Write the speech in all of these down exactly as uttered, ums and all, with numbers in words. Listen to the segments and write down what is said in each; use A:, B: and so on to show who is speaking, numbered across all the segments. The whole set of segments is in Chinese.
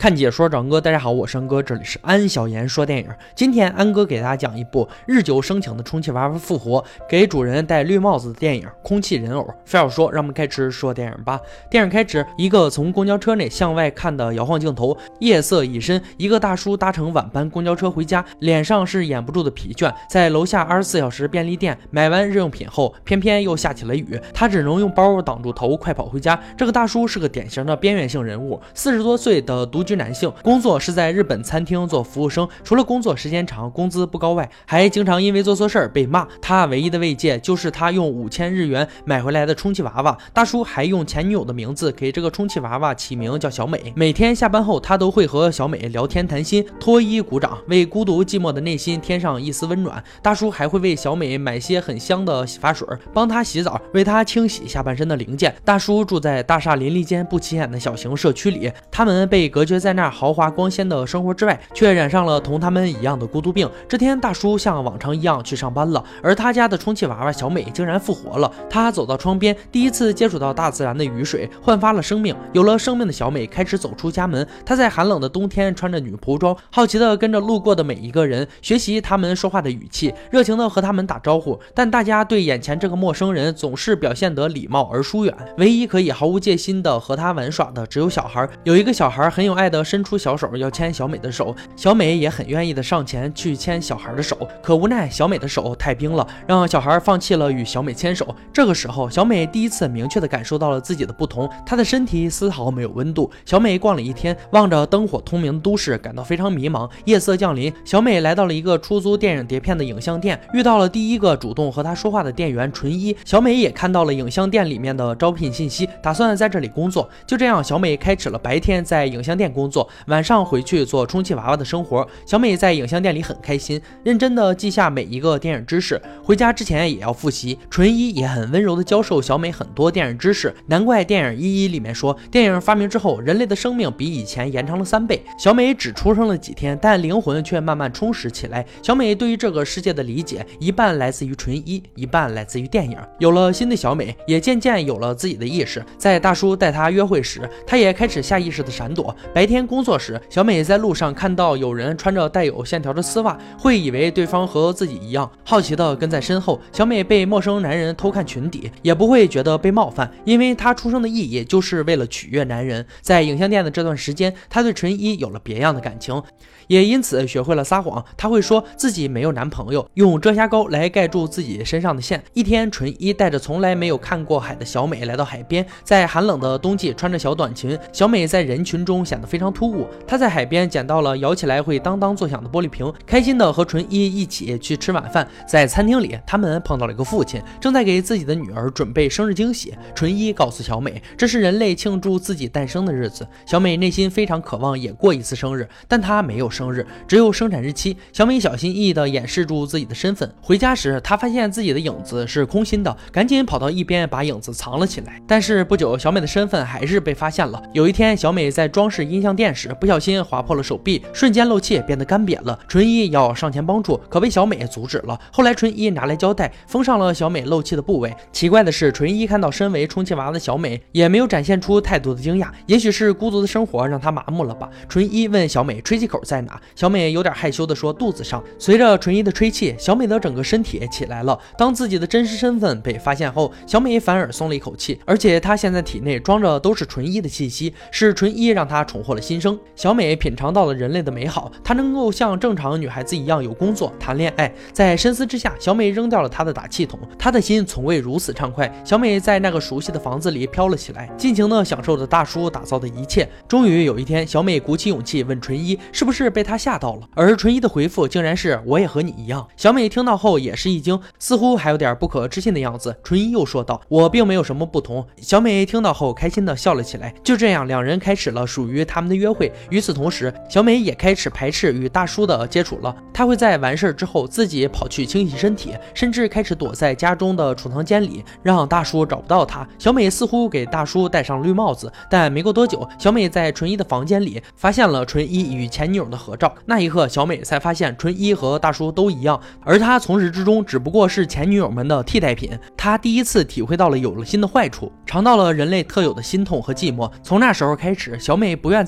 A: 看解说找安哥，大家好，我是安哥，这里是安小言说电影。今天安哥给大家讲一部日久生情的充气娃娃复活，给主人戴绿帽子的电影《空气人偶》。废话说，让我们开始说电影吧。电影开始，一个从公交车内向外看的摇晃镜头，夜色已深，一个大叔搭乘晚班公交车回家，脸上是掩不住的疲倦，在楼下二十四小时便利店买完日用品后，偏偏又下起了雨，他只能用包挡住头，快跑回家。这个大叔是个典型的边缘性人物，四十多岁的独居男性，工作是在日本餐厅做服务生，除了工作时间长、工资不高外，还经常因为做错事儿被骂。他唯一的慰藉就是他用五千日元买回来的充气娃娃。大叔还用前女友的名字给这个充气娃娃起名叫小美。每天下班后，他都会和小美聊天谈心，脱衣鼓掌，为孤独寂寞的内心添上一丝温暖。大叔还会为小美买些很香的洗发水，帮她洗澡，为她清洗下半身的零件。大叔住在大厦林立间不起眼的小型社区里，他们被隔绝在那豪华光鲜的生活之外，却染上了同他们一样的孤独病。这天，大叔像往常一样去上班了，而他家的充气娃娃小美竟然复活了。他走到窗边，第一次接触到大自然的雨水，焕发了生命。有了生命的小美开始走出家门，她在寒冷的冬天穿着女仆装，好奇地跟着路过的每一个人，学习他们说话的语气，热情地和他们打招呼。但大家对眼前这个陌生人总是表现得礼貌而疏远，唯一可以毫无戒心地和他玩耍的只有小孩。有一个小孩很有爱地伸出小手要牵小美的手，小美也很愿意地上前去牵小孩的手，可无奈小美的手太冰了，让小孩放弃了与小美牵手。这个时候，小美第一次明确地感受到了自己的不同，她的身体丝毫没有温度。小美逛了一天，望着灯火通明的都市，感到非常迷茫。夜色降临，小美来到了一个出租电影碟片的影像店，遇到了第一个主动和她说话的店员纯一。小美也看到了影像店里面的招聘信息，打算在这里工作。就这样，小美开始了白天在影像店工作，晚上回去做充气娃娃的生活。小美在影像店里很开心，认真地记下每一个电影知识，回家之前也要复习。纯一也很温柔地教授小美很多电影知识，难怪电影一一里面说，电影发明之后，人类的生命比以前延长了三倍。小美只出生了几天，但灵魂却慢慢充实起来。小美对于这个世界的理解，一半来自于纯一，一半来自于电影。有了新的小美，也渐渐有了自己的意识。在大叔带她约会时，她也开始下意识的闪躲。白天工作时，小美在路上看到有人穿着带有线条的丝袜，会以为对方和自己一样，好奇的跟在身后。小美被陌生男人偷看裙底，也不会觉得被冒犯，因为她出生的意义就是为了取悦男人。在影像店的这段时间，她对纯一有了别样的感情，也因此学会了撒谎。她会说自己没有男朋友，用遮瑕膏来盖住自己身上的线。一天，纯一带着从来没有看过海的小美来到海边，在寒冷的冬季穿着小短裙，小美在人群中显得非常突兀。她在海边捡到了摇起来会当当作响的玻璃瓶，开心的和纯一一起去吃晚饭。在餐厅里，他们碰到了一个父亲，正在给自己的女儿准备生日惊喜。纯一告诉小美，这是人类庆祝自己诞生的日子。小美内心非常渴望也过一次生日，但她没有生日，只有生产日期。小美小心翼翼地掩饰住自己的身份。回家时，她发现自己的影子是空心的，赶紧跑到一边把影子藏了起来。但是不久，小美的身份还是被发现了。有一天，小美在装饰音像店时不小心划破了手臂，瞬间漏气变得干瘪了。纯一要上前帮助，可被小美阻止了。后来纯一拿来胶带封上了小美漏气的部位。奇怪的是，纯一看到身为充气娃娃的小美，也没有展现出太多的惊讶，也许是孤独的生活让她麻木了吧。纯一问小美吹气口在哪，小美有点害羞地说肚子上。随着纯一的吹气，小美的整个身体起来了。当自己的真实身份被发现后，小美反而松了一口气，而且她现在体内装着都是纯一的气息，是纯一让她重获了新生。小美品尝到了人类的美好，她能够像正常女孩子一样有工作谈恋爱。在深思之下，小美扔掉了她的打气筒，她的心从未如此畅快。小美在那个熟悉的房子里飘了起来，尽情地享受着大叔打造的一切。终于有一天，小美鼓起勇气问纯一是不是被他吓到了，而纯一的回复竟然是我也和你一样。小美听到后也是一惊，似乎还有点不可置信的样子。纯一又说道，我并没有什么不同。小美听到后开心地笑了起来。就这样，两人开始了属于他们的约会。与此同时，小美也开始排斥与大叔的接触了。她会在完事之后自己跑去清洗身体，甚至开始躲在家中的储藏间里，让大叔找不到她。小美似乎给大叔戴上绿帽子，但没过多久，小美在纯一的房间里发现了纯一与前女友的合照。那一刻，小美才发现纯一和大叔都一样，而她从始至终只不过是前女友们的替代品。她第一次体会到了有了心的坏处，尝到了人类特有的心痛和寂寞。从那时候开始，小美不愿再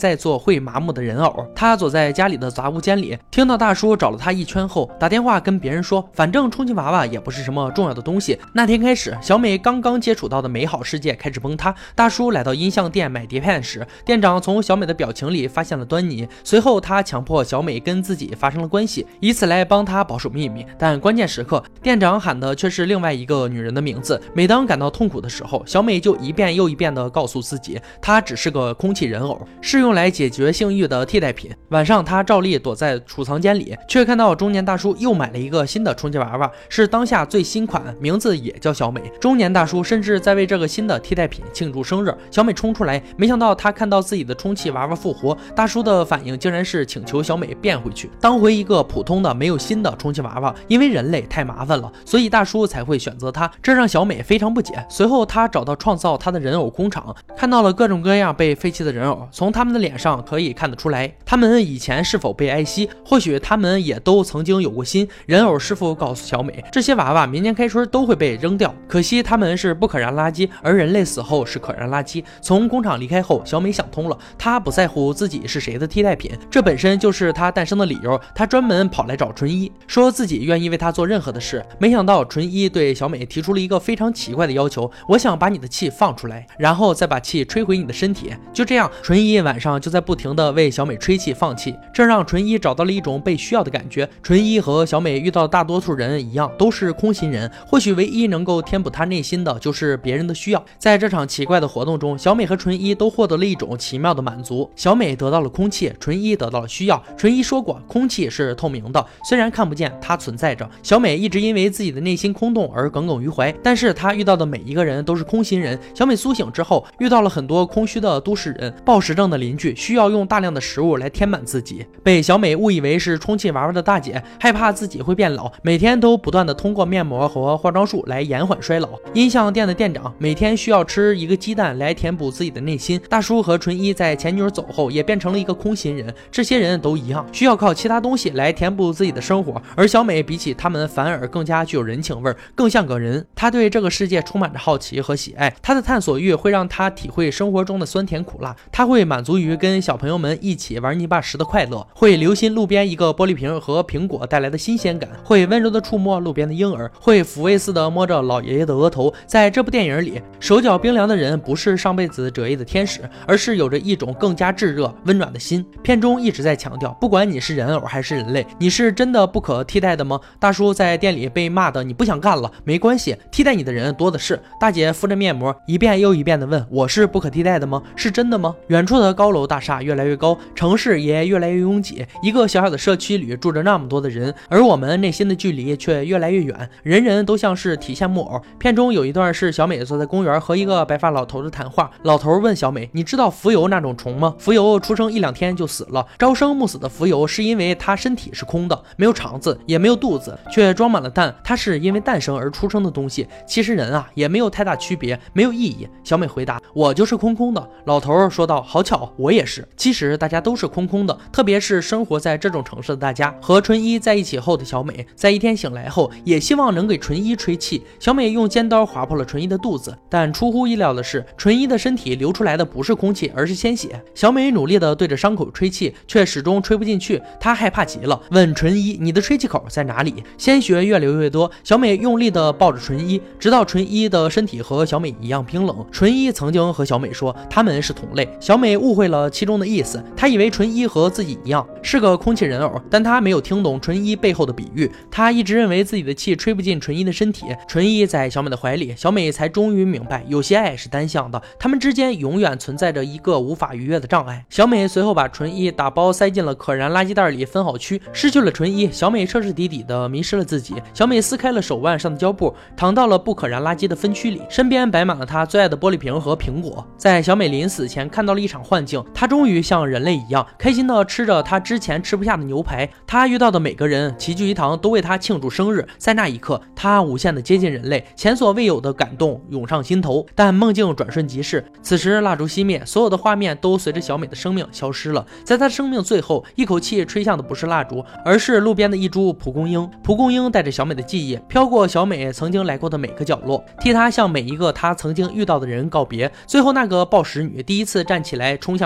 A: 在做会麻木的人偶。她躲在家里的杂物间里，听到大叔找了她一圈后，打电话跟别人说，反正充气娃娃也不是什么重要的东西。那天开始，小美刚刚接触到的美好世界开始崩塌。大叔来到音像店买碟片时，店长从小美的表情里发现了端倪，随后他强迫小美跟自己发生了关系，以此来帮她保守秘密。但关键时刻，店长喊的却是另外一个女人的名字。每当感到痛苦的时候，小美就一遍又一遍地告诉自己，她只是个空气人偶，是用来解决性欲的替代品。晚上，她照例躲在储藏间里，却看到中年大叔又买了一个新的充气娃娃，是当下最新款，名字也叫小美。中年大叔甚至在为这个新的替代品庆祝生日。小美冲出来，没想到他看到自己的充气娃娃复活，大叔的反应竟然是请求小美变回去，当回一个普通的没有新的充气娃娃。因为人类太麻烦了，所以大叔才会选择他，这让小美非常不解。随后他找到创造他的人偶工厂，看到了各种各样被废弃的人偶，从他们的脸上可以看得出来，他们以前是否被爱惜，或许他们也都曾经有过心。人偶师傅告诉小美，这些娃娃明年开春都会被扔掉，可惜他们是不可燃垃圾，而人类死后是可燃垃圾。从工厂离开后，小美想通了，她不在乎自己是谁的替代品，这本身就是她诞生的理由。她专门跑来找纯一，说自己愿意为她做任何的事。没想到纯一对小美提出了一个非常奇怪的要求，我想把你的气放出来，然后再把气吹回你的身体。就这样，纯一晚上就在不停地为小美吹气放气，这让纯一找到了一种被需要的感觉。纯一和小美遇到大多数人一样，都是空心人，或许唯一能够填补她内心的就是别人的需要。在这场奇怪的活动中，小美和纯一都获得了一种奇妙的满足。小美得到了空气，纯一得到了需要。纯一说过，空气是透明的，虽然看不见，它存在着。小美一直因为自己的内心空洞而耿耿于怀，但是她遇到的每一个人都是空心人。小美苏醒之后，遇到了很多空虚的都市人，暴食症的邻居需要用大量的食物来填满自己。被小美误以为是充气娃娃的大姐，害怕自己会变老，每天都不断的通过面膜和化妆术来延缓衰老。音像店的店长每天需要吃一个鸡蛋来填补自己的内心。大叔和纯一在前女友走后也变成了一个空心人，这些人都一样，需要靠其他东西来填补自己的生活。而小美比起他们反而更加具有人情味，更像个人。她对这个世界充满着好奇和喜爱，她的探索欲会让她体会生活中的酸甜苦辣。她会满足于跟小朋友们一起玩泥巴时的快乐，会留心路边一个玻璃瓶和苹果带来的新鲜感，会温柔的触摸路边的婴儿，会抚慰似的摸着老爷爷的额头。在这部电影里，手脚冰凉的人不是上辈子折翼的天使，而是有着一种更加炙热温暖的心。片中一直在强调，不管你是人偶还是人类，你是真的不可替代的吗？大叔在店里被骂的你不想干了，没关系，替代你的人多的是。大姐敷着面膜，一遍又一遍地问，我是不可替代的吗？是真的吗？远处的高楼大厦越来越高，城市也越来越拥挤，一个小小的社区里住着那么多的人，而我们内心的距离却越来越远，人人都像是提线木偶。片中有一段是小美坐在公园和一个白发老头的谈话，老头问小美，你知道蜉蝣那种虫吗？蜉蝣出生一两天就死了，朝生暮死的蜉蝣是因为它身体是空的，没有肠子也没有肚子，却装满了蛋，它是因为诞生而出生的东西。其实人啊也没有太大区别，没有意义。小美回答，我就是空空的。老头说道，好巧，我也是。其实大家都是空空的，特别是生活在这种城市的大家。和纯一在一起后的小美，在一天醒来后也希望能给纯一吹气。小美用尖刀划破了纯一的肚子，但出乎意料的是，纯一的身体流出来的不是空气，而是鲜血。小美努力地对着伤口吹气，却始终吹不进去，她害怕极了，问纯一，你的吹气口在哪里？鲜血越流越多，小美用力地抱着纯一，直到纯一的身体和小美一样冰冷。纯一曾经和小美说他们是同类，小美误会了其中的意思，她以为纯一和自己一样是个空气人偶，但她没有听懂纯一背后的比喻。她一直认为自己的气吹不进纯一的身体。纯一在小美的怀里，小美才终于明白，有些爱是单向的，他们之间永远存在着一个无法逾越的障碍。小美随后把纯一打包塞进了可燃垃圾袋里分好区，失去了纯一，小美彻彻底底的迷失了自己。小美撕开了手腕上的胶布，躺到了不可燃垃圾的分区里，身边摆满了她最爱的玻璃瓶和苹果。在小美临死前看到了一场幻境，她终于像人类一样开心的吃着她之前吃不下的牛排。她遇到的每个人齐聚一堂，都为她庆祝生日。在那一刻，她无限的接近人类，前所未有的感动涌上心头。但梦境转瞬即逝，此时蜡烛熄灭，所有的画面都随着小美的生命消失了。在她的生命最后，一口气吹向的不是蜡烛，而是路边的一株蒲公英。蒲公英带着小美的记忆飘过小美曾经来过的每个角落，替她向每一个她曾经遇到的人告别。最后那个暴食女第一次站起来冲向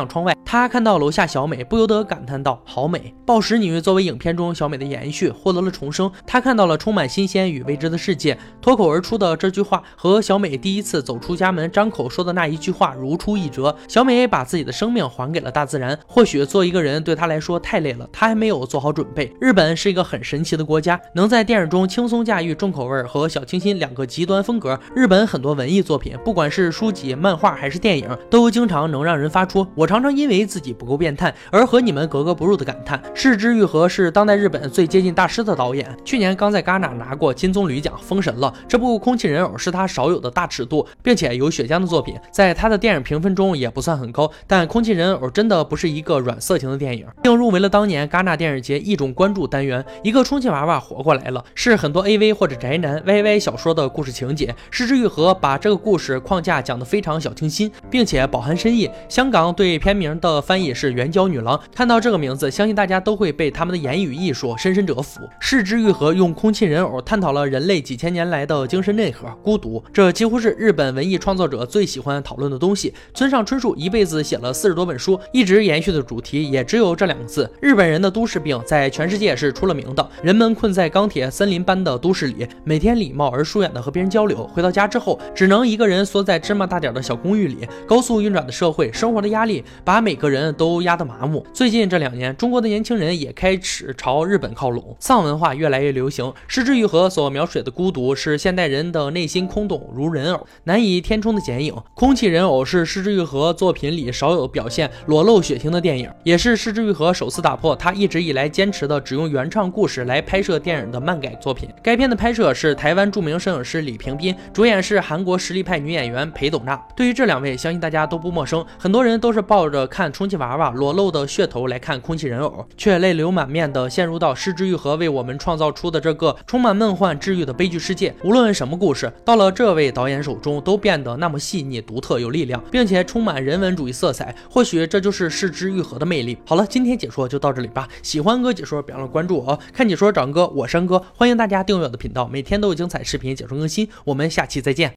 A: 向窗外，他看到楼下小美，不由得感叹道：“好美！”暴食女作为影片中小美的延续，获得了重生。她看到了充满新鲜与未知的世界，脱口而出的这句话和小美第一次走出家门张口说的那一句话如出一辙。小美把自己的生命还给了大自然，或许做一个人对她来说太累了，她还没有做好准备。日本是一个很神奇的国家，能在电影中轻松驾驭重口味和小清新两个极端风格。日本很多文艺作品，不管是书籍、漫画还是电影，都经常能让人发出我常常因为自己不够变态而和你们格格不入的感叹。是枝裕和是当代日本最接近大师的导演，去年刚在戛纳拿过金棕榈奖，封神了。这部《空气人偶》是他少有的大尺度并且有血浆的作品，在他的电影评分中也不算很高，但《空气人偶》真的不是一个软色情的电影，并入围了当年戛纳电影节一种关注单元。一个充气娃娃活过来了，是很多 A V 或者宅男 Y Y 小说的故事情节。是枝裕和把这个故事框架讲得非常小清新，并且饱含深意。香港对片名的翻译是援交女郎，看到这个名字，相信大家都会被他们的言语艺术深深折服。是枝裕和用空气人偶探讨了人类几千年来的精神内核孤独，这几乎是日本文艺创作者最喜欢讨论的东西。村上春树一辈子写了四十多本书，一直延续的主题也只有这两个字。日本人的都市病在全世界是出了名的，人们困在钢铁森林般的都市里，每天礼貌而疏远的和别人交流，回到家之后只能一个人缩在芝麻大点的小公寓里。高速运转的社会，生活的压力把每个人都压得麻木。最近这两年，中国的年轻人也开始朝日本靠拢，丧文化越来越流行。是枝裕和所描写的孤独，是现代人的内心空洞如人偶，难以填充的剪影。空气人偶是是枝裕和作品里少有表现裸露血腥的电影，也是是枝裕和首次打破他一直以来坚持的只用原创故事来拍摄电影的漫改作品。该片的拍摄是台湾著名摄影师李平斌，主演是韩国实力派女演员裴斗娜。对于这两位，相信大家都不陌生，很多人都是抱着看充气娃娃裸露的噱头来看空气人偶，却泪流满面的陷入到是枝裕和为我们创造出的这个充满梦幻治愈的悲剧世界。无论什么故事，到了这位导演手中都变得那么细腻、独特、有力量，并且充满人文主义色彩。或许这就是是枝裕和的魅力。好了，今天解说就到这里吧。喜欢哥解说，别忘了关注我哦。看解说找哥，我山哥，欢迎大家订阅我的频道，每天都有精彩视频解说更新。我们下期再见。